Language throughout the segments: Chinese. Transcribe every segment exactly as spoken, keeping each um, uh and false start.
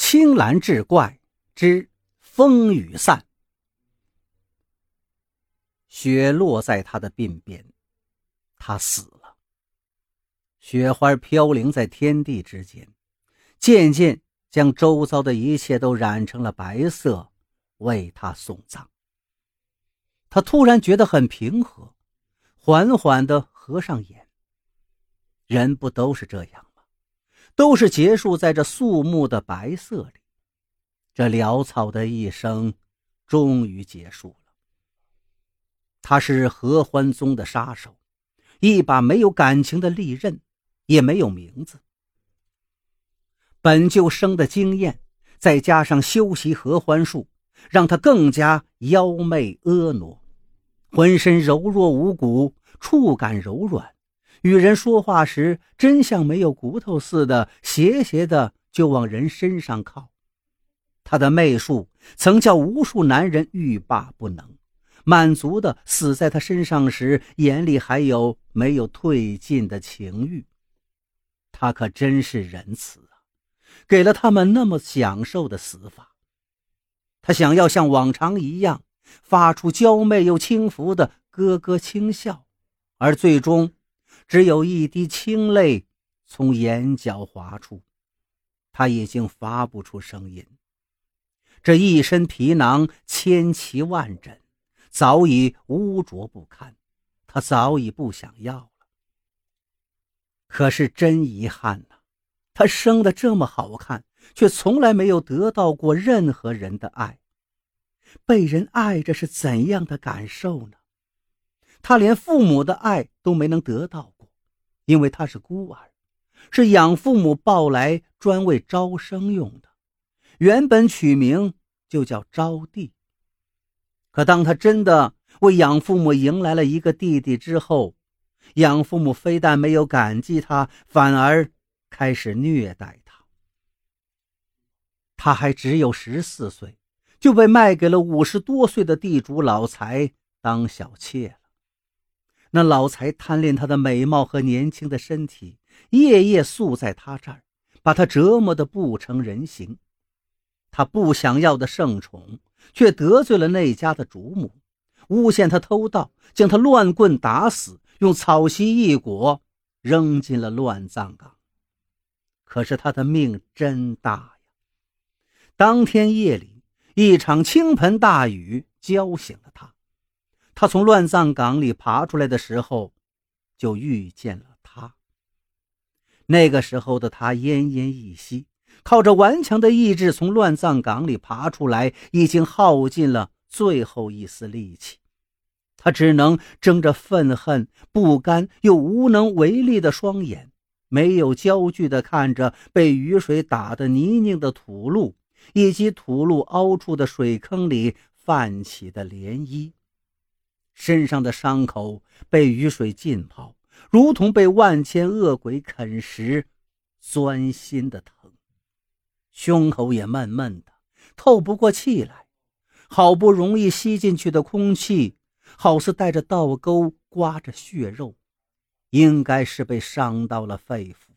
青蓝志怪之风雨散。雪落在他的鬓边，他死了。雪花飘零在天地之间，渐渐将周遭的一切都染成了白色，为他送葬。他突然觉得很平和，缓缓地合上眼。人不都是这样吗？都是结束在这肃穆的白色里。这潦草的一生终于结束了。他是合欢宗的杀手，一把没有感情的利刃，也没有名字。本就生的经验，再加上修习合欢术，让他更加妖媚婀娜，浑身柔弱无骨，触感柔软，与人说话时真像没有骨头似的，斜斜的就往人身上靠。他的媚术曾叫无数男人欲罢不能，满足的死在他身上时，眼里还有没有退尽的情欲。他可真是仁慈啊，给了他们那么享受的死法。他想要像往常一样发出娇媚又轻浮的咯咯轻笑，而最终只有一滴清泪从眼角滑出，他已经发不出声音。这一身皮囊千奇万疹，早已污浊不堪，他早已不想要了。可是真遗憾呐、啊，他生得这么好看，却从来没有得到过任何人的爱。被人爱着是怎样的感受呢？他连父母的爱都没能得到过，因为他是孤儿，是养父母抱来专为招生用的，原本取名就叫招娣。可当他真的为养父母迎来了一个弟弟之后，养父母非但没有感激他，反而开始虐待他。他还只有十四岁，就被卖给了五十多岁的地主老财当小妾了。那老财贪恋她的美貌和年轻的身体，夜夜宿在他这儿，把他折磨得不成人形。他不想要的圣宠，却得罪了那家的主母，诬陷他偷盗，将他乱棍打死，用草席一裹，扔进了乱葬岗。可是他的命真大呀！当天夜里，一场倾盆大雨浇醒了他。他从乱葬岗里爬出来的时候，就遇见了他。那个时候的他奄奄一息，靠着顽强的意志从乱葬岗里爬出来，已经耗尽了最后一丝力气。他只能睁着愤恨、不甘又无能为力的双眼，没有焦距地看着被雨水打得泥泞的土路，以及土路凹出的水坑里泛起的涟漪。身上的伤口被雨水浸泡，如同被万千恶鬼啃食，钻心的疼。胸口也闷闷的，透不过气来，好不容易吸进去的空气好似带着倒钩刮着血肉，应该是被伤到了肺腑。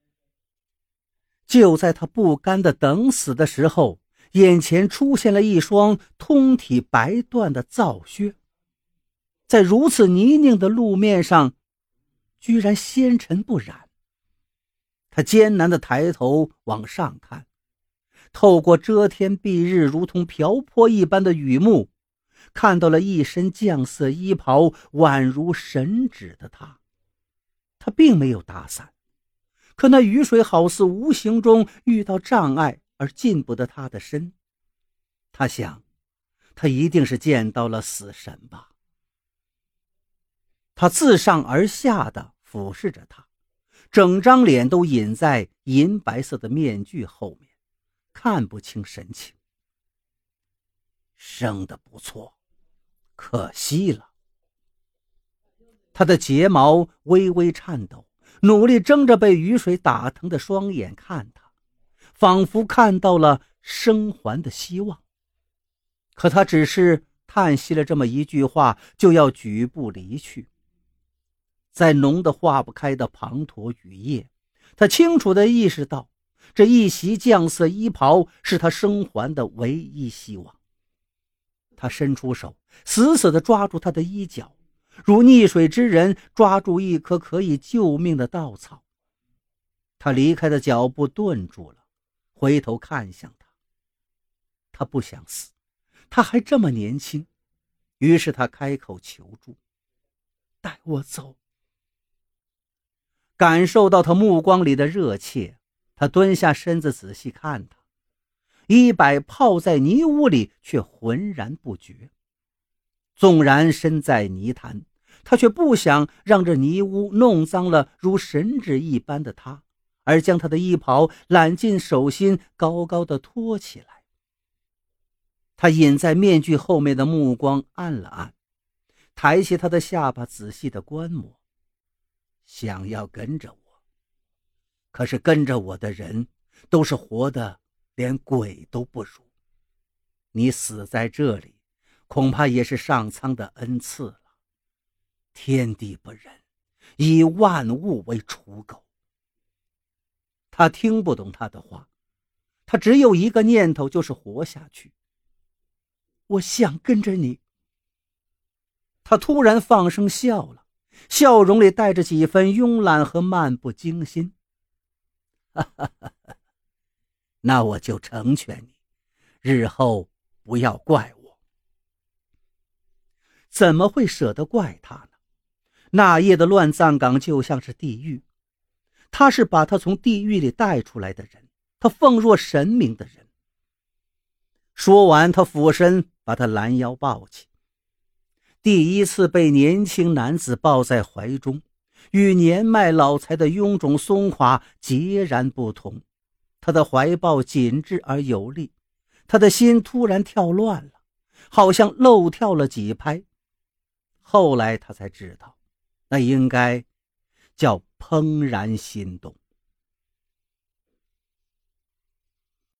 就在他不甘的等死的时候，眼前出现了一双通体白缎的皂靴，在如此泥泞的路面上居然纤尘不染。他艰难地抬头往上看，透过遮天蔽日如同瓢泼一般的雨幕，看到了一身绛色衣袍宛如神指的他。他并没有打伞，可那雨水好似无形中遇到障碍而进不得他的身。他想，他一定是见到了死神吧。他自上而下地俯视着他，整张脸都隐在银白色的面具后面，看不清神情。生得不错，可惜了。他的睫毛微微颤抖，努力睁着被雨水打疼的双眼看他，仿佛看到了生还的希望。可他只是叹息了这么一句话，就要举步离去。在浓得化不开的滂沱雨夜，他清楚地意识到， 这一袭绛色衣袍是他生还的唯一希望。他伸出手，死死地抓住他的衣角，如溺水之人抓住一棵可以救命的稻草。他离开的脚步顿住了，回头看向他。他不想死，他还这么年轻。于是他开口求助：“带我走。”感受到他目光里的热切，他蹲下身子仔细看他。一摆泡在泥污里，却浑然不觉。纵然身在泥潭，他却不想让这泥污弄脏了如神纸一般的他，而将他的衣袍揽进手心，高高的托起来。他隐在面具后面的目光暗了暗，抬起他的下巴仔细的观摩。想要跟着我，可是跟着我的人都是活的连鬼都不如。你死在这里，恐怕也是上苍的恩赐了。天地不仁，以万物为刍狗。他听不懂他的话，他只有一个念头，就是活下去。我想跟着你。他突然放声笑了，笑容里带着几分慵懒和漫不经心。哈哈哈哈，那我就成全你，日后不要怪我。怎么会舍得怪他呢？那夜的乱葬岗就像是地狱，他是把他从地狱里带出来的人，他奉若神明的人。说完，他俯身把他拦腰抱起。第一次被年轻男子抱在怀中，与年迈老财的臃肿松垮截然不同。他的怀抱紧致而有力，他的心突然跳乱了，好像漏跳了几拍。后来他才知道，那应该叫怦然心动。